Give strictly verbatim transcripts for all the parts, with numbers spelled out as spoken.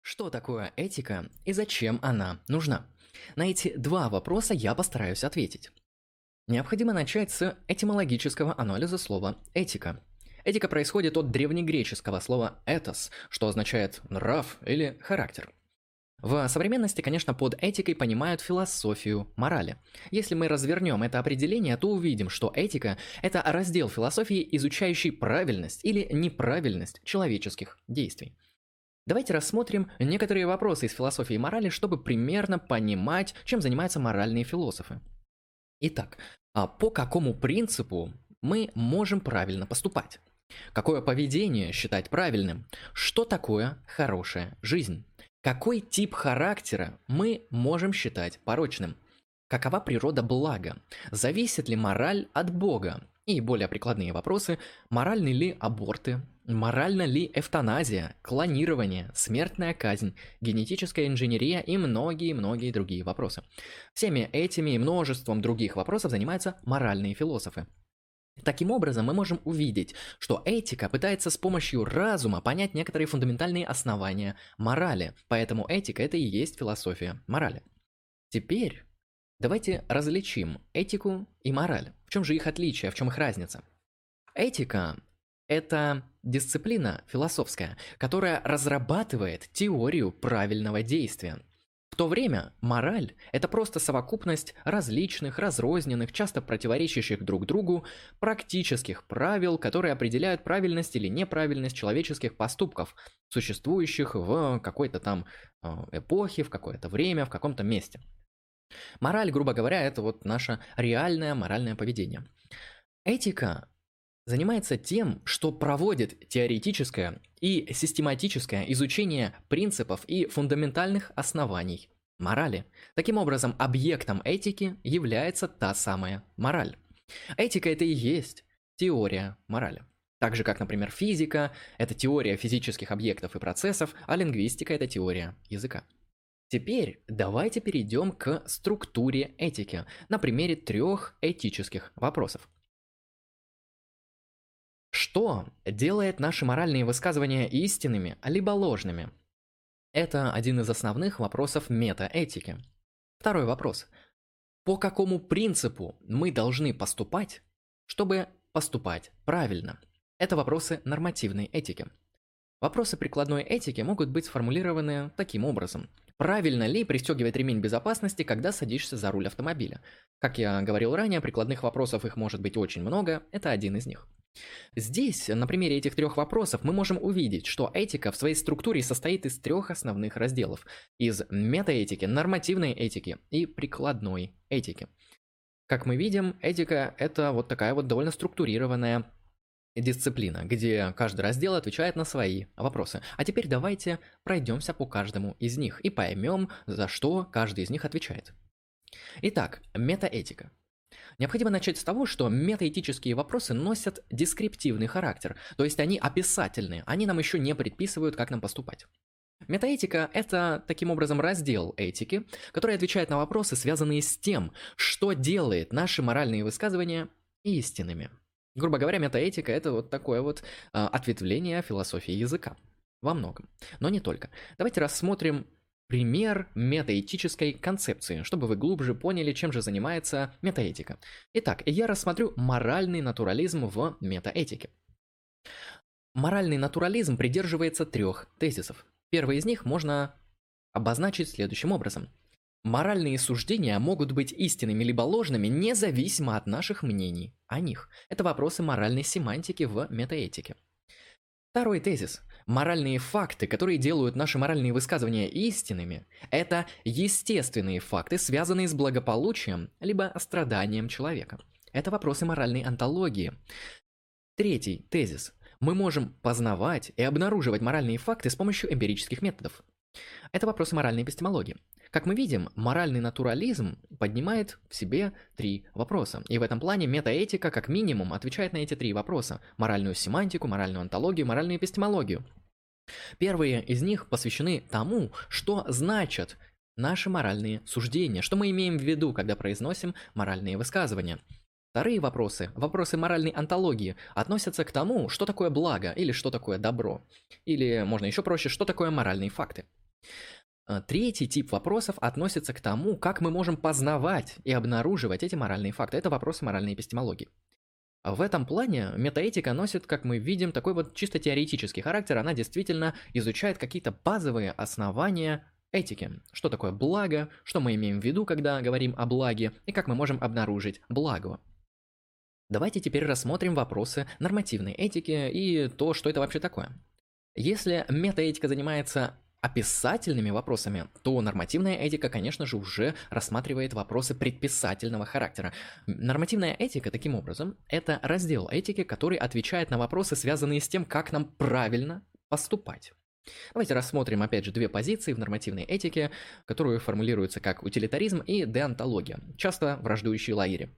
Что такое этика и зачем она нужна? На эти два вопроса я постараюсь ответить. Необходимо начать с этимологического анализа слова «этика». Этика происходит от древнегреческого слова «этос», что означает «нрав» или «характер». В современности, конечно, под этикой понимают философию морали. Если мы развернем это определение, то увидим, что этика – это раздел философии, изучающий правильность или неправильность человеческих действий. Давайте рассмотрим некоторые вопросы из философии морали, чтобы примерно понимать, чем занимаются моральные философы. Итак, а по какому принципу мы можем правильно поступать? Какое поведение считать правильным? Что такое хорошая жизнь? Какой тип характера мы можем считать порочным? Какова природа блага? Зависит ли мораль от Бога? И более прикладные вопросы: моральны ли аборты? Моральна ли эвтаназия, клонирование, смертная казнь, генетическая инженерия и многие-многие другие вопросы? Всеми этими и множеством других вопросов занимаются моральные философы. Таким образом, мы можем увидеть, что этика пытается с помощью разума понять некоторые фундаментальные основания морали, поэтому этика – это и есть философия морали. Теперь давайте различим этику и мораль. В чем же их отличие, в чем их разница? Этика – это дисциплина философская, которая разрабатывает теорию правильного действия. В то время мораль – это просто совокупность различных, разрозненных, часто противоречащих друг другу практических правил, которые определяют правильность или неправильность человеческих поступков, существующих в какой-то там эпохе, в какое-то время, в каком-то месте. Мораль, грубо говоря, это вот наше реальное моральное поведение. Этика занимается тем, что проводит теоретическое и систематическое изучение принципов и фундаментальных оснований морали. Таким образом, объектом этики является та самая мораль. Этика – это и есть теория морали. Так же, как, например, физика – это теория физических объектов и процессов, а лингвистика – это теория языка. Теперь давайте перейдем к структуре этики на примере трех этических вопросов. Что делает наши моральные высказывания истинными, либо ложными? Это один из основных вопросов метаэтики. Второй вопрос. По какому принципу мы должны поступать, чтобы поступать правильно? Это вопросы нормативной этики. Вопросы прикладной этики могут быть сформулированы таким образом. Правильно ли пристегивать ремень безопасности, когда садишься за руль автомобиля? Как я говорил ранее, прикладных вопросов их может быть очень много, это один из них. Здесь, на примере этих трех вопросов, мы можем увидеть, что этика в своей структуре состоит из трех основных разделов. Из метаэтики, нормативной этики и прикладной этики. Как мы видим, этика – это вот такая вот довольно структурированная дисциплина, где каждый раздел отвечает на свои вопросы. А теперь давайте пройдемся по каждому из них и поймем, за что каждый из них отвечает. Итак, метаэтика. Необходимо начать с того, что метаэтические вопросы носят дескриптивный характер, то есть они описательные, они нам еще не предписывают, как нам поступать. Метаэтика – это, таким образом, раздел этики, который отвечает на вопросы, связанные с тем, что делает наши моральные высказывания истинными. Грубо говоря, метаэтика – это вот такое вот э, ответвление философии языка. Во многом. Но не только. Давайте рассмотрим пример метаэтической концепции, чтобы вы глубже поняли, чем же занимается метаэтика. Итак, я рассмотрю моральный натурализм в метаэтике. Моральный натурализм придерживается трех тезисов. Первый из них можно обозначить следующим образом. Моральные суждения могут быть истинными либо ложными, независимо от наших мнений о них. Это вопросы моральной семантики в метаэтике. Второй тезис. Моральные факты, которые делают наши моральные высказывания истинными, это естественные факты, связанные с благополучием либо страданием человека. Это вопросы моральной онтологии. Третий тезис. Мы можем познавать и обнаруживать моральные факты с помощью эмпирических методов. Это вопросы моральной эпистемологии. Как мы видим, моральный натурализм поднимает в себе три вопроса. И в этом плане метаэтика как минимум отвечает на эти три вопроса. Моральную семантику, моральную онтологию, моральную эпистемологию. Первые из них посвящены тому, что значат наши моральные суждения, что мы имеем в виду, когда произносим моральные высказывания. Вторые вопросы, вопросы моральной онтологии, относятся к тому, что такое благо или что такое добро. Или, можно еще проще, что такое моральные факты. А, Третий тип вопросов относится к тому, как мы можем познавать и обнаруживать эти моральные факты. Это вопросы моральной эпистемологии. А В этом плане метаэтика носит, как мы видим, такой вот чисто теоретический характер. Она действительно изучает какие-то базовые основания этики. Что такое благо, что мы имеем в виду, когда говорим о благе, и как мы можем обнаружить благо. Давайте теперь рассмотрим вопросы нормативной этики и то, что это вообще такое. Если метаэтика занимается описательными вопросами, то нормативная этика, конечно же, уже рассматривает вопросы предписательного характера. Нормативная этика, таким образом, это раздел этики, который отвечает на вопросы, связанные с тем, как нам правильно поступать. Давайте рассмотрим, опять же, две позиции в нормативной этике, которые формулируются как утилитаризм и деонтология, часто враждующие лагеря.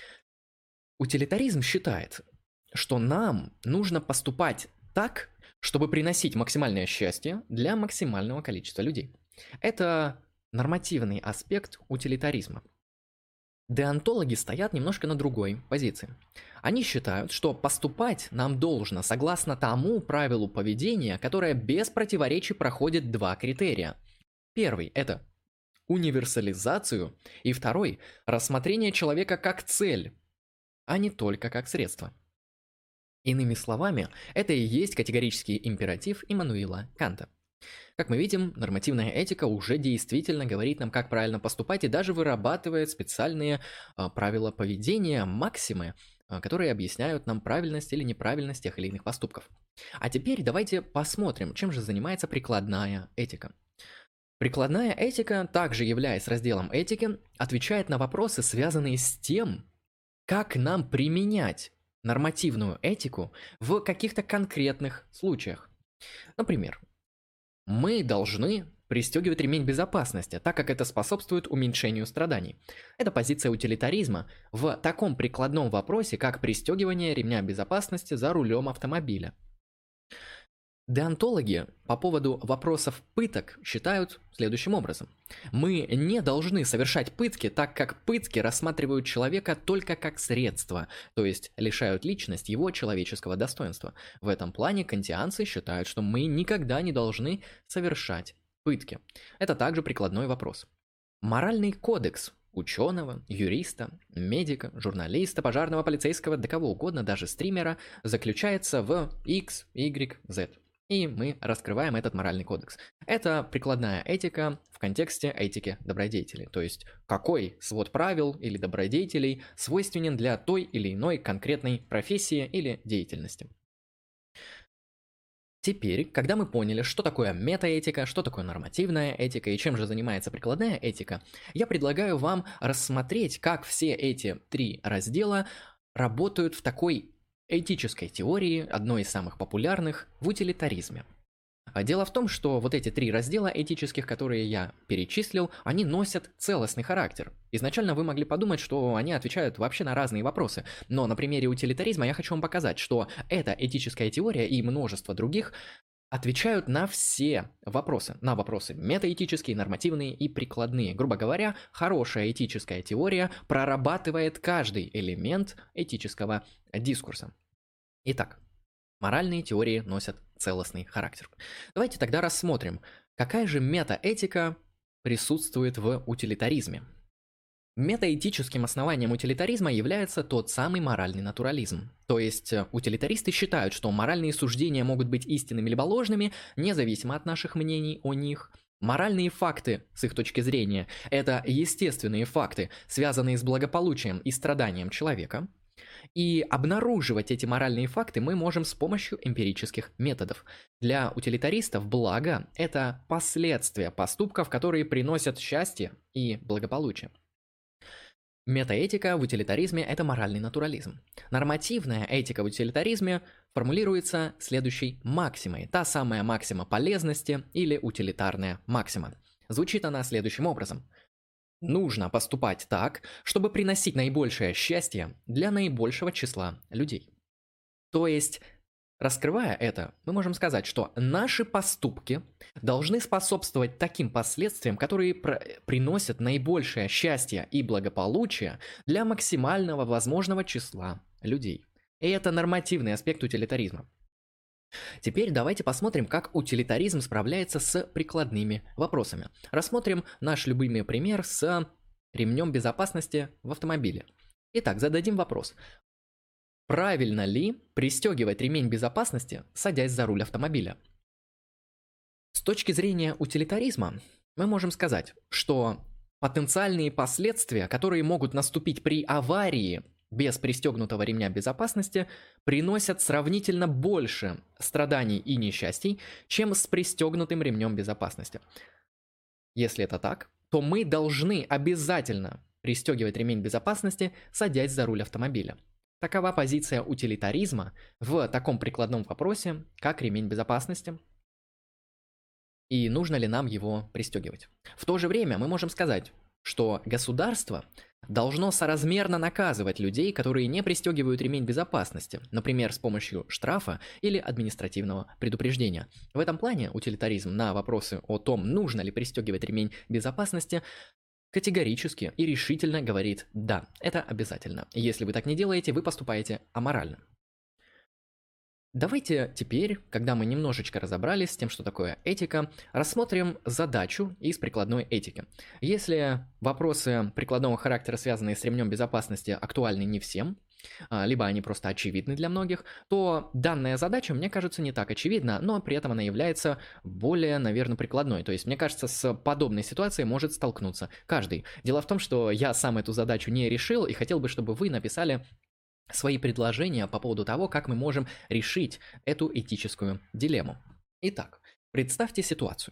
Утилитаризм считает, что нам нужно поступать так, чтобы приносить максимальное счастье для максимального количества людей. Это нормативный аспект утилитаризма. Деонтологи стоят немножко на другой позиции. Они считают, что поступать нам должно согласно тому правилу поведения, которое без противоречий проходит два критерия. Первый – это универсализацию, и второй – рассмотрение человека как цель, а не только как средство. Иными словами, это и есть категорический императив Иммануила Канта. Как мы видим, нормативная этика уже действительно говорит нам, как правильно поступать, и даже вырабатывает специальные э, правила поведения, максимы, э, которые объясняют нам правильность или неправильность тех или иных поступков. А теперь давайте посмотрим, чем же занимается прикладная этика. Прикладная этика, также являясь разделом этики, отвечает на вопросы, связанные с тем, как нам применять нормативную этику в каких-то конкретных случаях. Например, мы должны пристегивать ремень безопасности, так как это способствует уменьшению страданий. Это позиция утилитаризма в таком прикладном вопросе, как пристегивание ремня безопасности за рулем автомобиля. Деонтологи по поводу вопросов пыток считают следующим образом. Мы не должны совершать пытки, так как пытки рассматривают человека только как средство, то есть лишают личность его человеческого достоинства. В этом плане кантианцы считают, что мы никогда не должны совершать пытки. Это также прикладной вопрос. Моральный кодекс ученого, юриста, медика, журналиста, пожарного, полицейского, да кого угодно, даже стримера, заключается в X, Y, Z. И мы раскрываем этот моральный кодекс. Это прикладная этика в контексте этики добродетелей. То есть, какой свод правил или добродетелей свойственен для той или иной конкретной профессии или деятельности. Теперь, когда мы поняли, что такое метаэтика, что такое нормативная этика и чем же занимается прикладная этика, я предлагаю вам рассмотреть, как все эти три раздела работают в такой этической теории, одной из самых популярных, в утилитаризме. Дело в том, что вот эти три раздела этических, которые я перечислил, они носят целостный характер. Изначально вы могли подумать, что они отвечают вообще на разные вопросы, но на примере утилитаризма я хочу вам показать, что эта этическая теория и множество других отвечают на все вопросы, на вопросы метаэтические, нормативные и прикладные. Грубо говоря, хорошая этическая теория прорабатывает каждый элемент этического дискурса. Итак, моральные теории носят целостный характер. Давайте тогда рассмотрим, какая же метаэтика присутствует в утилитаризме. Метаэтическим основанием утилитаризма является тот самый моральный натурализм. То есть утилитаристы считают, что моральные суждения могут быть истинными либо ложными, независимо от наших мнений о них. Моральные факты, с их точки зрения, это естественные факты, связанные с благополучием и страданием человека. И обнаруживать эти моральные факты мы можем с помощью эмпирических методов. Для утилитаристов благо – это последствия поступков, которые приносят счастье и благополучие. Метаэтика в утилитаризме – это моральный натурализм. Нормативная этика в утилитаризме формулируется следующей максимой. Та самая максима полезности или утилитарная максима. Звучит она следующим образом. Нужно поступать так, чтобы приносить наибольшее счастье для наибольшего числа людей. То есть, раскрывая это, мы можем сказать, что наши поступки должны способствовать таким последствиям, которые приносят наибольшее счастье и благополучие для максимального возможного числа людей. И это нормативный аспект утилитаризма. Теперь давайте посмотрим, как утилитаризм справляется с прикладными вопросами. Рассмотрим наш любимый пример с ремнем безопасности в автомобиле. Итак, зададим вопрос. Правильно ли пристегивать ремень безопасности, садясь за руль автомобиля? С точки зрения утилитаризма мы можем сказать, что потенциальные последствия, которые могут наступить при аварии без пристегнутого ремня безопасности, приносят сравнительно больше страданий и несчастий, чем с пристегнутым ремнем безопасности. Если это так, то мы должны обязательно пристегивать ремень безопасности, садясь за руль автомобиля. Такова позиция утилитаризма в таком прикладном вопросе, как ремень безопасности. И нужно ли нам его пристегивать? В то же время мы можем сказать, что государство должно соразмерно наказывать людей, которые не пристегивают ремень безопасности, например, с помощью штрафа или административного предупреждения. В этом плане утилитаризм на вопросы о том, нужно ли пристегивать ремень безопасности, категорически и решительно говорит «да, это обязательно». Если вы так не делаете, вы поступаете аморально. Давайте теперь, когда мы немножечко разобрались с тем, что такое этика, рассмотрим задачу из прикладной этики. Если вопросы прикладного характера, связанные с ремнем безопасности, актуальны не всем, либо они просто очевидны для многих, то данная задача, мне кажется, не так очевидна, но при этом она является более, наверное, прикладной. То есть, мне кажется, с подобной ситуацией может столкнуться каждый. Дело в том, что я сам эту задачу не решил и хотел бы, чтобы вы написали свои предложения по поводу того, как мы можем решить эту этическую дилемму. Итак, представьте ситуацию.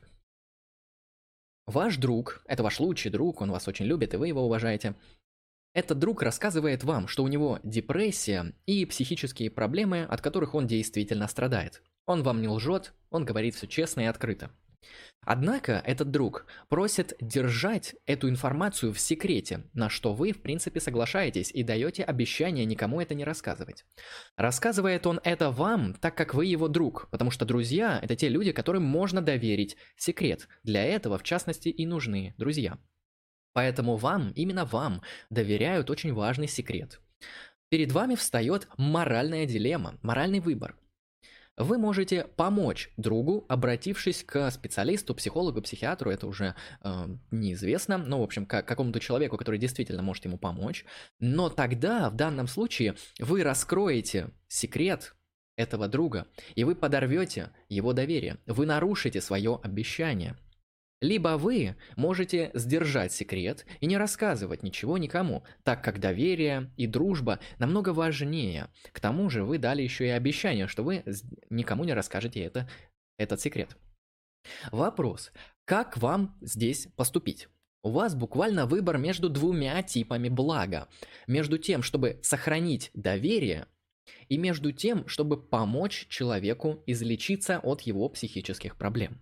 Ваш друг, это ваш лучший друг, он вас очень любит, и вы его уважаете. Этот друг рассказывает вам, что у него депрессия и психические проблемы, от которых он действительно страдает. Он вам не лжет, он говорит все честно и открыто. Однако этот друг просит держать эту информацию в секрете, на что вы, в принципе, соглашаетесь и даете обещание никому это не рассказывать. Рассказывает он это вам, так как вы его друг, потому что друзья – это те люди, которым можно доверить секрет. Для этого, в частности, и нужны друзья. Поэтому вам, именно вам, доверяют очень важный секрет. Перед вами встает моральная дилемма, моральный выбор. Вы можете помочь другу, обратившись к специалисту, психологу, психиатру, это уже э, неизвестно, но, в общем, к какому-то человеку, который действительно может ему помочь. Но тогда, в данном случае, вы раскроете секрет этого друга, и вы подорвете его доверие, вы нарушите свое обещание. Либо вы можете сдержать секрет и не рассказывать ничего никому, так как доверие и дружба намного важнее. К тому же вы дали еще и обещание, что вы никому не расскажете это, этот секрет. Вопрос. Как вам здесь поступить? У вас буквально выбор между двумя типами блага. Между тем, чтобы сохранить доверие, и между тем, чтобы помочь человеку излечиться от его психических проблем.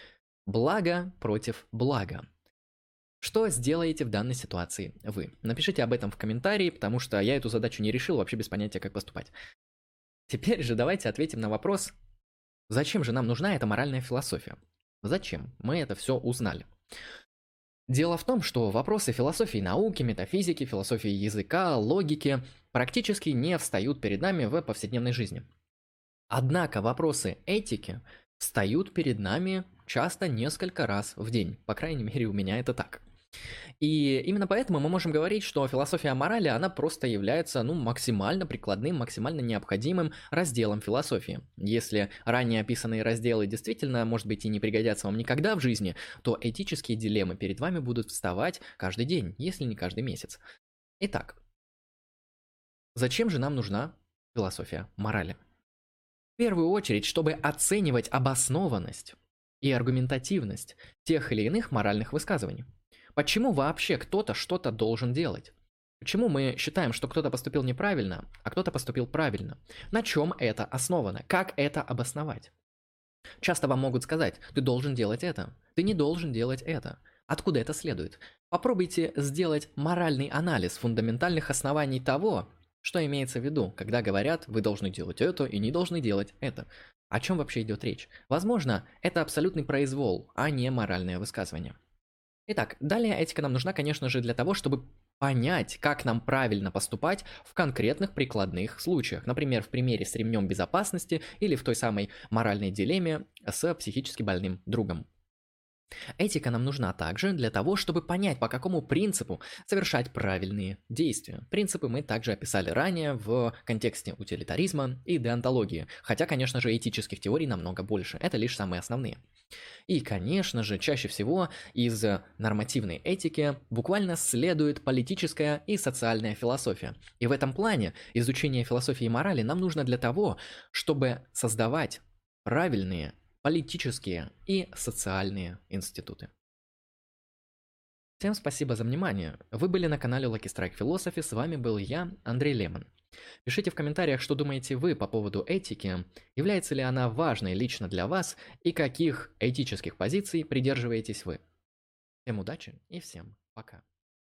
Благо против блага. Что сделаете в данной ситуации вы? Напишите об этом в комментарии, потому что я эту задачу не решил, вообще без понятия, как поступать. Теперь же давайте ответим на вопрос, зачем же нам нужна эта моральная философия? Зачем? Мы это все узнали. Дело в том, что вопросы философии науки, метафизики, философии языка, логики практически не встают перед нами в повседневной жизни. Однако вопросы этики встают перед нами часто несколько раз в день. По крайней мере, у меня это так. И именно поэтому мы можем говорить, что философия морали, она просто является ну, максимально прикладным, максимально необходимым разделом философии. Если ранее описанные разделы действительно, может быть, и не пригодятся вам никогда в жизни, то этические дилеммы перед вами будут вставать каждый день, если не каждый месяц. Итак, зачем же нам нужна философия морали? В первую очередь, чтобы оценивать обоснованность и аргументативность тех или иных моральных высказываний. Почему вообще кто-то что-то должен делать? Почему мы считаем, что кто-то поступил неправильно, а кто-то поступил правильно? На чем это основано? Как это обосновать? Часто вам могут сказать, ты должен делать это, ты не должен делать это. Откуда это следует? Попробуйте сделать моральный анализ фундаментальных оснований того, что имеется в виду, когда говорят, вы должны делать это и не должны делать это. О чем вообще идет речь? Возможно, это абсолютный произвол, а не моральное высказывание. Итак, далее этика нам нужна, конечно же, для того, чтобы понять, как нам правильно поступать в конкретных прикладных случаях. Например, в примере с ремнем безопасности или в той самой моральной дилемме с психически больным другом. Этика нам нужна также для того, чтобы понять, по какому принципу совершать правильные действия. Принципы мы также описали ранее в контексте утилитаризма и деонтологии, хотя, конечно же, этических теорий намного больше, это лишь самые основные. И, конечно же, чаще всего из нормативной этики буквально следует политическая и социальная философия. И в этом плане изучение философии и морали нам нужно для того, чтобы создавать правильные политические и социальные институты. Всем спасибо за внимание. Вы были на канале Lucky Strike Philosophy, с вами был я, Андрей Лемон. Пишите в комментариях, что думаете вы по поводу этики, является ли она важной лично для вас и каких этических позиций придерживаетесь вы. Всем удачи и всем пока.